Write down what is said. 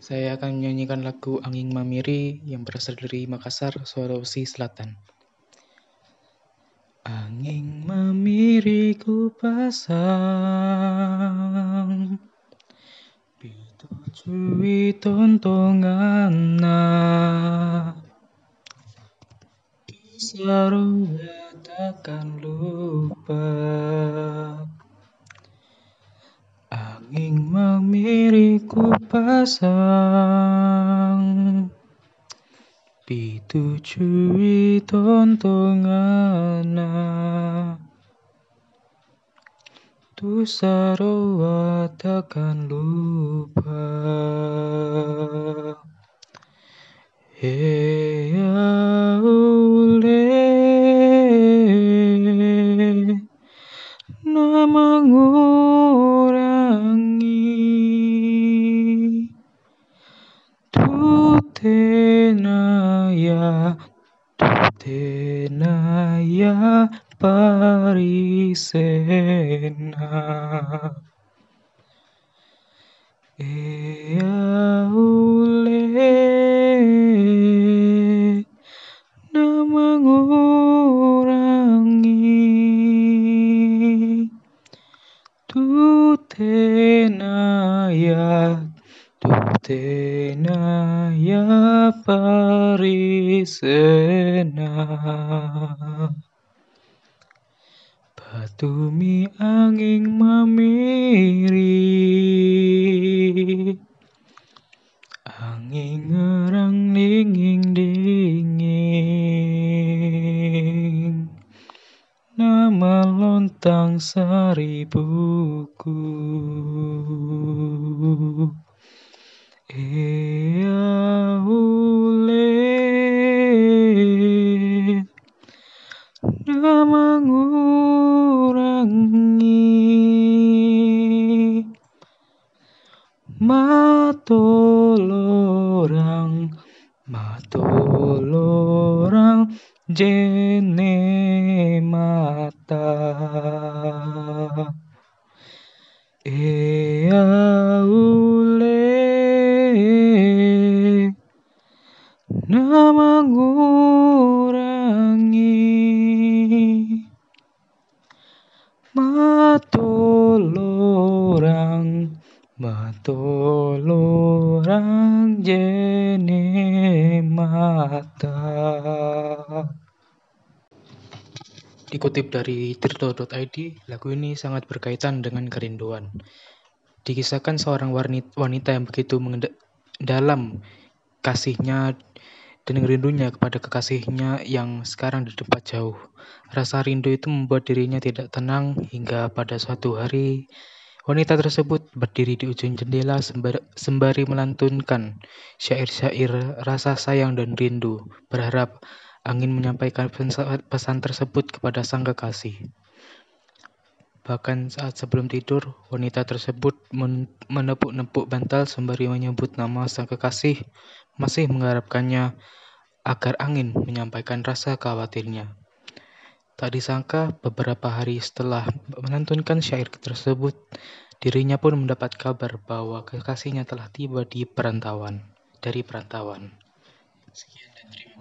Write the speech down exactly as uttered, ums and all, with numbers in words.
Saya akan menyanyikan lagu Angin Mamiri yang berasal dari Makassar, Sulawesi Selatan. Angin mamiri ku pasang, pitujui tontonganna, kisarua takkan lupa. Angin mamiri ku pasang, pitujui tontonganna, tusaroa takkan lupa. Hea ule na mengurangi tutenaya tutenaya parisena. Ea ule na mengurangi tutenaya tutenaya parisena. Patumi angin mamiri, angin ngerang dingin dingin, na melontang seribuku. Ea ule na mengurangi matolorang matolorang jene mata. Ea ule na mengurangi matolorang matolorang jene mata. Dikutip dari tirto dot i d, lagu ini sangat berkaitan dengan kerinduan. Dikisahkan seorang wanita yang begitu mendalam kasihnya dan rindunya kepada kekasihnya yang sekarang di tempat jauh. Rasa rindu itu membuat dirinya tidak tenang hingga pada suatu hari wanita tersebut berdiri di ujung jendela sembari melantunkan syair-syair rasa sayang dan rindu, berharap angin menyampaikan pesan tersebut kepada sang kekasih. Bahkan saat sebelum tidur, wanita tersebut menepuk-nepuk bantal sembari menyebut nama sang kekasih, masih mengharapkannya agar angin menyampaikan rasa khawatirnya. Tak disangka, beberapa hari setelah melantunkan syair tersebut, dirinya pun mendapat kabar bahwa kekasihnya telah tiba di perantauan, dari perantauan. Sekian dan terima